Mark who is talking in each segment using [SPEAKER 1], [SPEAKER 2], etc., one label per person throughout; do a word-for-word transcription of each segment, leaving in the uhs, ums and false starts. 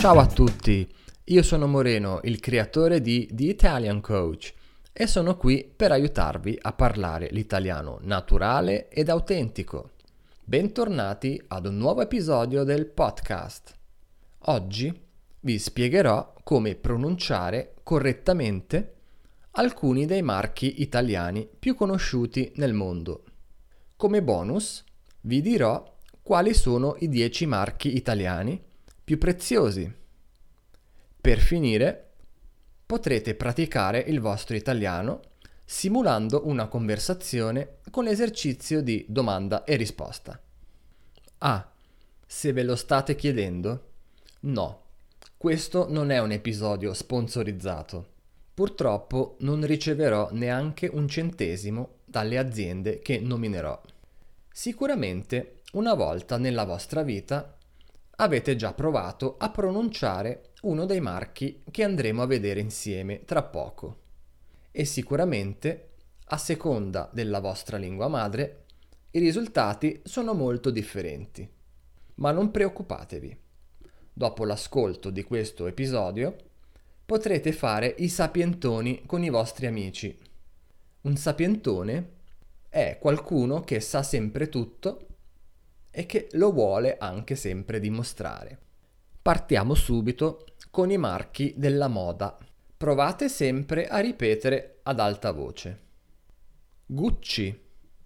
[SPEAKER 1] Ciao a tutti, io sono Moreno, il creatore di The Italian Coach e sono qui per aiutarvi a parlare l'italiano naturale ed autentico. Bentornati ad un nuovo episodio del podcast. Oggi vi spiegherò come pronunciare correttamente alcuni dei marchi italiani più conosciuti nel mondo. Come bonus vi dirò quali sono i dieci marchi italiani più preziosi. Per finire, potrete praticare il vostro italiano simulando una conversazione con l'esercizio di domanda e risposta. Ah, se ve lo state chiedendo, no, questo non è un episodio sponsorizzato. Purtroppo non riceverò neanche un centesimo dalle aziende che nominerò. Sicuramente una volta nella vostra vita avete già provato a pronunciare uno dei marchi che andremo a vedere insieme tra poco. E sicuramente, a seconda della vostra lingua madre, i risultati sono molto differenti. Ma non preoccupatevi. Dopo l'ascolto di questo episodio, potrete fare i sapientoni con i vostri amici. Un sapientone è qualcuno che sa sempre tutto e che lo vuole anche sempre dimostrare. Partiamo subito con i marchi della moda. Provate sempre a ripetere ad alta voce. Gucci,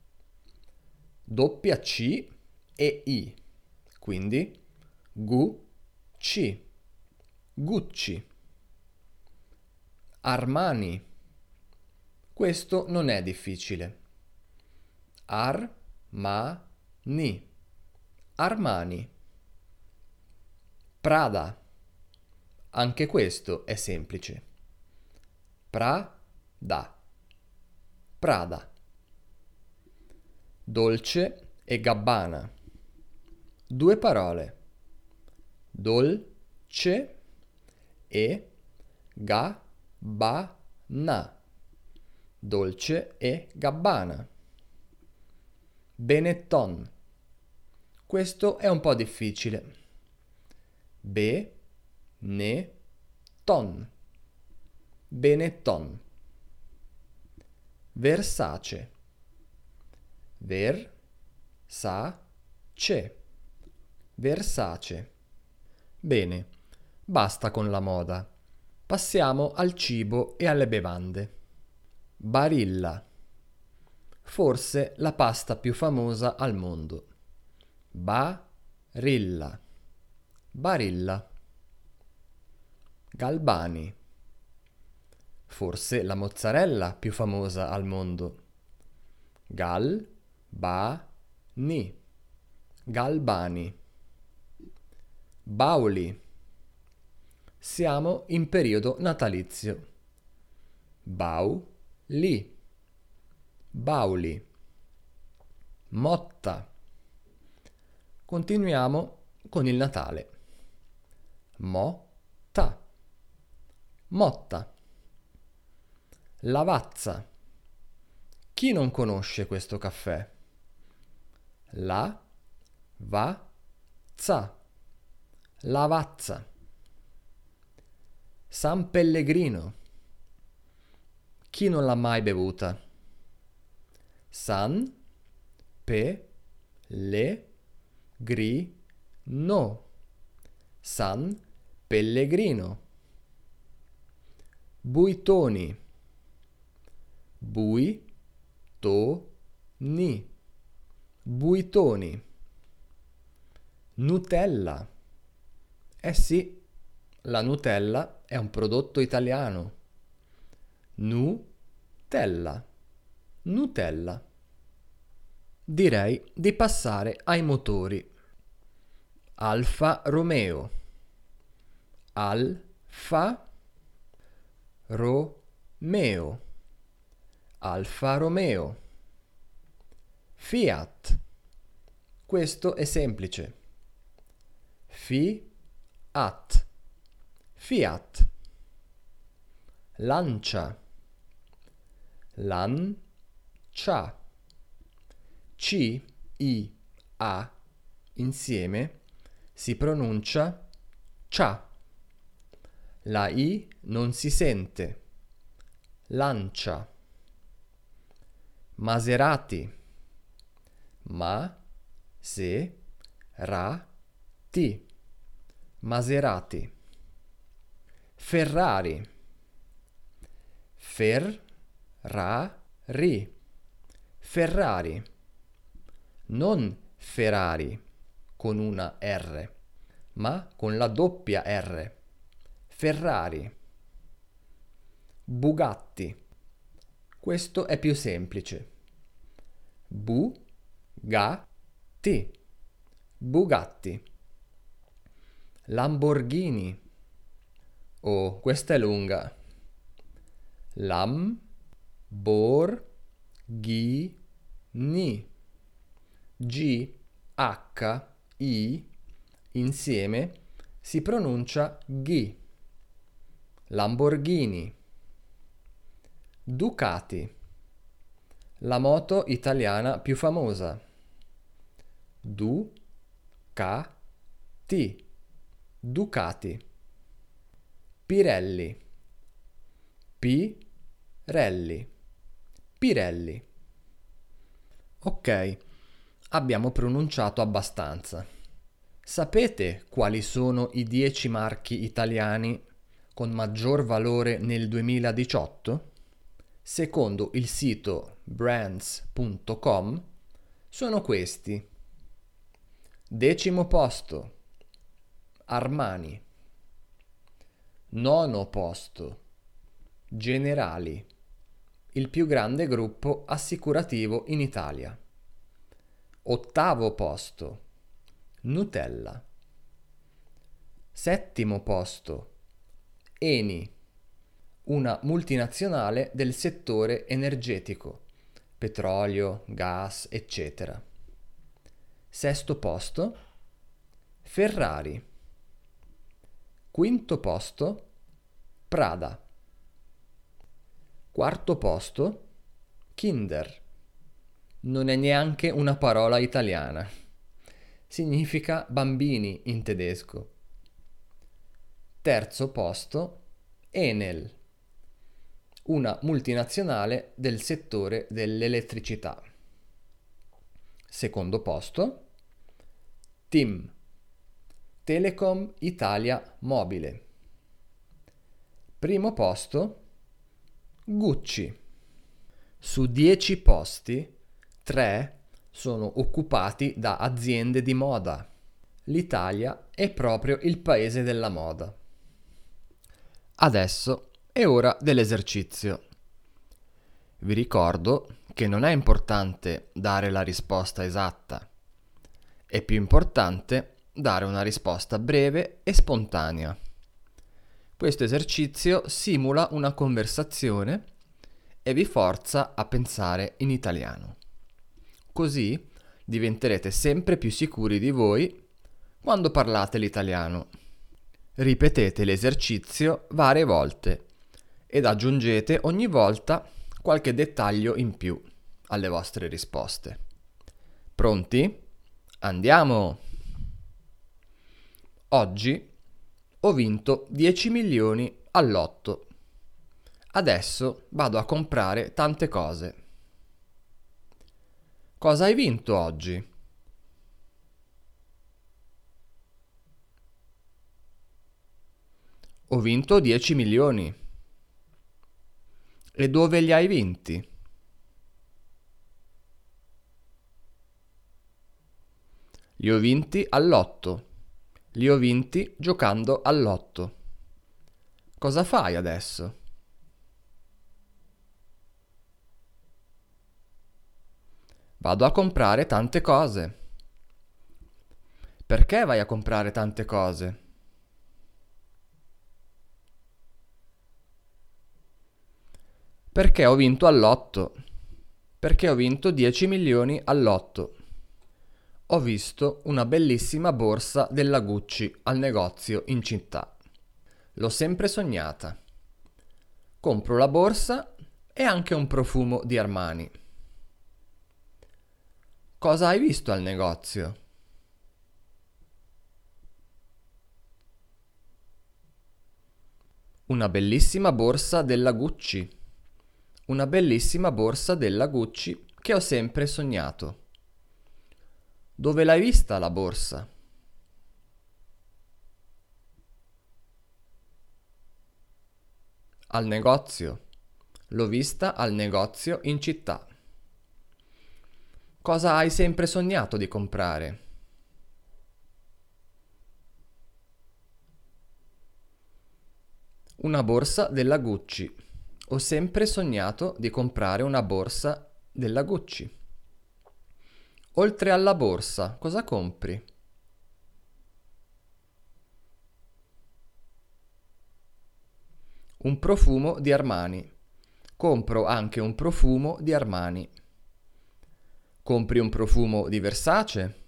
[SPEAKER 1] doppia C e I, quindi Gu-ci, Gucci. Armani, questo non è difficile. Ar-ma-ni, Armani. Prada, anche questo è semplice. Pra-da, Prada. Dolce e Gabbana, due parole. Dolce e Gabbana, Dolce e Gabbana. Benetton, questo è un po' difficile. Be-ne-ton, Benetton. Versace, Ver-sa-ce, Versace. Bene, basta con la moda. Passiamo al cibo e alle bevande. Barilla, forse la pasta più famosa al mondo. Barilla, Barilla. Galbani, forse la mozzarella più famosa al mondo. Gal-ba-ni, Galbani. Bauli, siamo in periodo natalizio. Bau-li, Bauli. Motta, continuiamo con il Natale. Mo-ta, Motta. Lavazza, chi non conosce questo caffè? La-va-za, Lavazza. San Pellegrino, chi non l'ha mai bevuta? San Pe-le-gri-no, San Pellegrino. Buitoni, Bui-to-ni, Buitoni. Nutella, eh sì, la Nutella è un prodotto italiano. Nu-tella, Nutella. Direi di passare ai motori. Alfa Romeo, Alfa Romeo, Alfa Romeo. Fiat, questo è semplice. Fi-at, Fiat. Lancia, Lan-cia, C-I-A insieme si pronuncia cia. La I non si sente. Lancia. Maserati. Ma, se, ra, ti. Maserati. Ferrari. Fer, ra, ri. Ferrari. Non Ferrari con una R, ma con la doppia R. Ferrari. Bugatti. Questo è più semplice. Bu-ga-ti. Bugatti. Lamborghini. Oh, questa è lunga. Lam-bor-ghi-ni. G, H, I insieme si pronuncia ghi. Lamborghini. Ducati. La moto italiana più famosa. Du-ca-ti. Ducati. Pirelli. Pi-relli. Pirelli. Ok, abbiamo pronunciato abbastanza. Sapete quali sono i dieci marchi italiani con maggior valore nel duemiladiciotto? Secondo il sito brands punto com sono questi. Decimo posto, Armani. Nono posto, Generali, il più grande gruppo assicurativo in Italia. Ottavo posto, Nutella. Settimo posto, Eni, una multinazionale del settore energetico, petrolio, gas, eccetera. Sesto posto, Ferrari. Quinto posto, Prada. Quarto posto, Kinder. Non è neanche una parola italiana. Significa bambini in tedesco. Terzo posto, Enel, una multinazionale del settore dell'elettricità. Secondo posto, T I M, Telecom Italia Mobile. Primo posto, Gucci. Su dieci posti, tre sono occupati da aziende di moda. L'Italia è proprio il paese della moda. Adesso è ora dell'esercizio. Vi ricordo che non è importante dare la risposta esatta. È più importante dare una risposta breve e spontanea. Questo esercizio simula una conversazione e vi forza a pensare in italiano. Così diventerete sempre più sicuri di voi quando parlate l'italiano. Ripetete l'esercizio varie volte ed aggiungete ogni volta qualche dettaglio in più alle vostre risposte. Pronti? Andiamo! Oggi ho vinto dieci milioni al lotto. Adesso vado a comprare tante cose. Cosa hai vinto oggi? Ho vinto dieci milioni. E dove li hai vinti? Li ho vinti al lotto. Li ho vinti giocando al lotto. Cosa fai adesso? Vado a comprare tante cose. Perché vai a comprare tante cose? Perché ho vinto al lotto. Perché ho vinto dieci milioni al lotto. Ho visto una bellissima borsa della Gucci al negozio in città. L'ho sempre sognata. Compro la borsa e anche un profumo di Armani. Cosa hai visto al negozio? Una bellissima borsa della Gucci. Una bellissima borsa della Gucci che ho sempre sognato. Dove l'hai vista la borsa? Al negozio. L'ho vista al negozio in città. Cosa hai sempre sognato di comprare? Una borsa della Gucci. Ho sempre sognato di comprare una borsa della Gucci. Oltre alla borsa, cosa compri? Un profumo di Armani. Compro anche un profumo di Armani. Compri un profumo di Versace?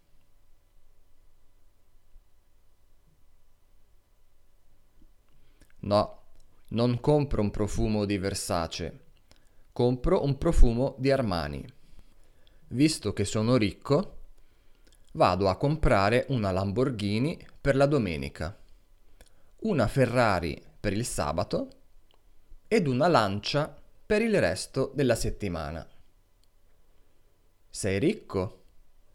[SPEAKER 1] No, non compro un profumo di Versace. Compro un profumo di Armani. Visto che sono ricco, vado a comprare una Lamborghini per la domenica, una Ferrari per il sabato ed una Lancia per il resto della settimana. Sei ricco?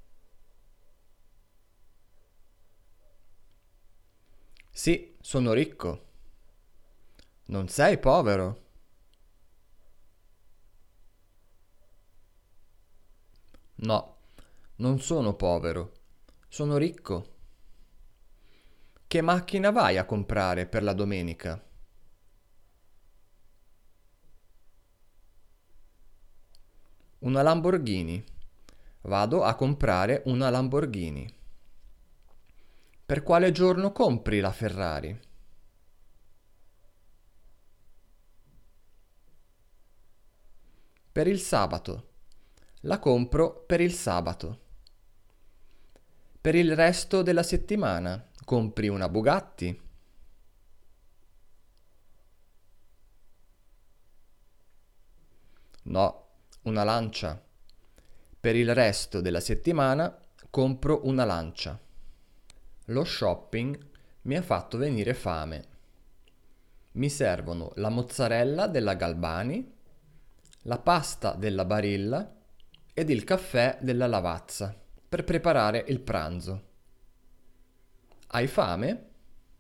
[SPEAKER 1] Sì, sono ricco. Non sei povero? No, non sono povero. Sono ricco. Che macchina vai a comprare per la domenica? Una Lamborghini. Vado a comprare una Lamborghini. Per quale giorno compri la Ferrari? Per il sabato. La compro per il sabato. Per il resto della settimana compri una Bugatti? No, una Lancia. Per il resto della settimana compro una Lancia. Lo shopping mi ha fatto venire fame. Mi servono la mozzarella della Galbani, la pasta della Barilla ed il caffè della Lavazza per preparare il pranzo. Hai fame?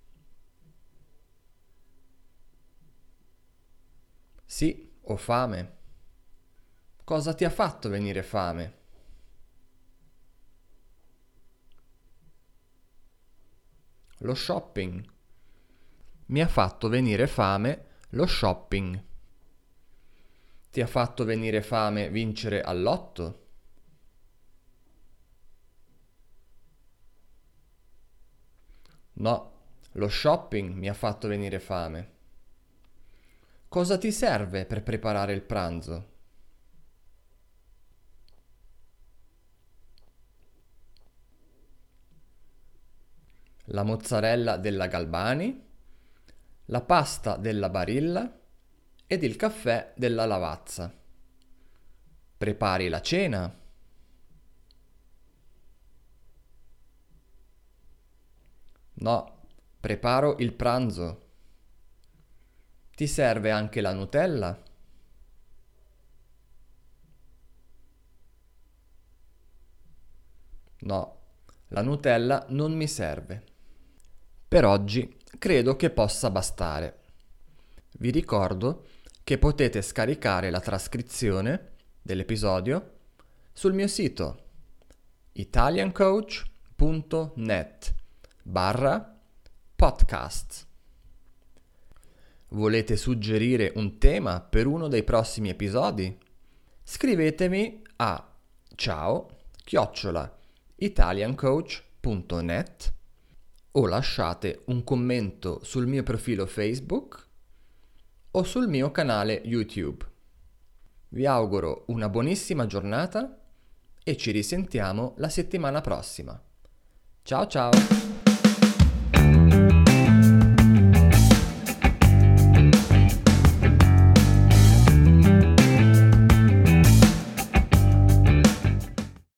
[SPEAKER 1] Sì, ho fame. Cosa ti ha fatto venire fame? Lo shopping. Mi ha fatto venire fame lo shopping. Ti ha fatto venire fame vincere al lotto? No, lo shopping mi ha fatto venire fame. Cosa ti serve per preparare il pranzo? La mozzarella della Galbani, la pasta della Barilla ed il caffè della Lavazza. Prepari la cena? No, preparo il pranzo. Ti serve anche la Nutella? No, la Nutella non mi serve. Per oggi credo che possa bastare. Vi ricordo che potete scaricare la trascrizione dell'episodio sul mio sito italiancoach.net barra podcast. Volete suggerire un tema per uno dei prossimi episodi? Scrivetemi a ciao chiocciola italiancoach.net o lasciate un commento sul mio profilo Facebook o sul mio canale YouTube. Vi auguro una buonissima giornata e ci risentiamo la settimana prossima. Ciao ciao!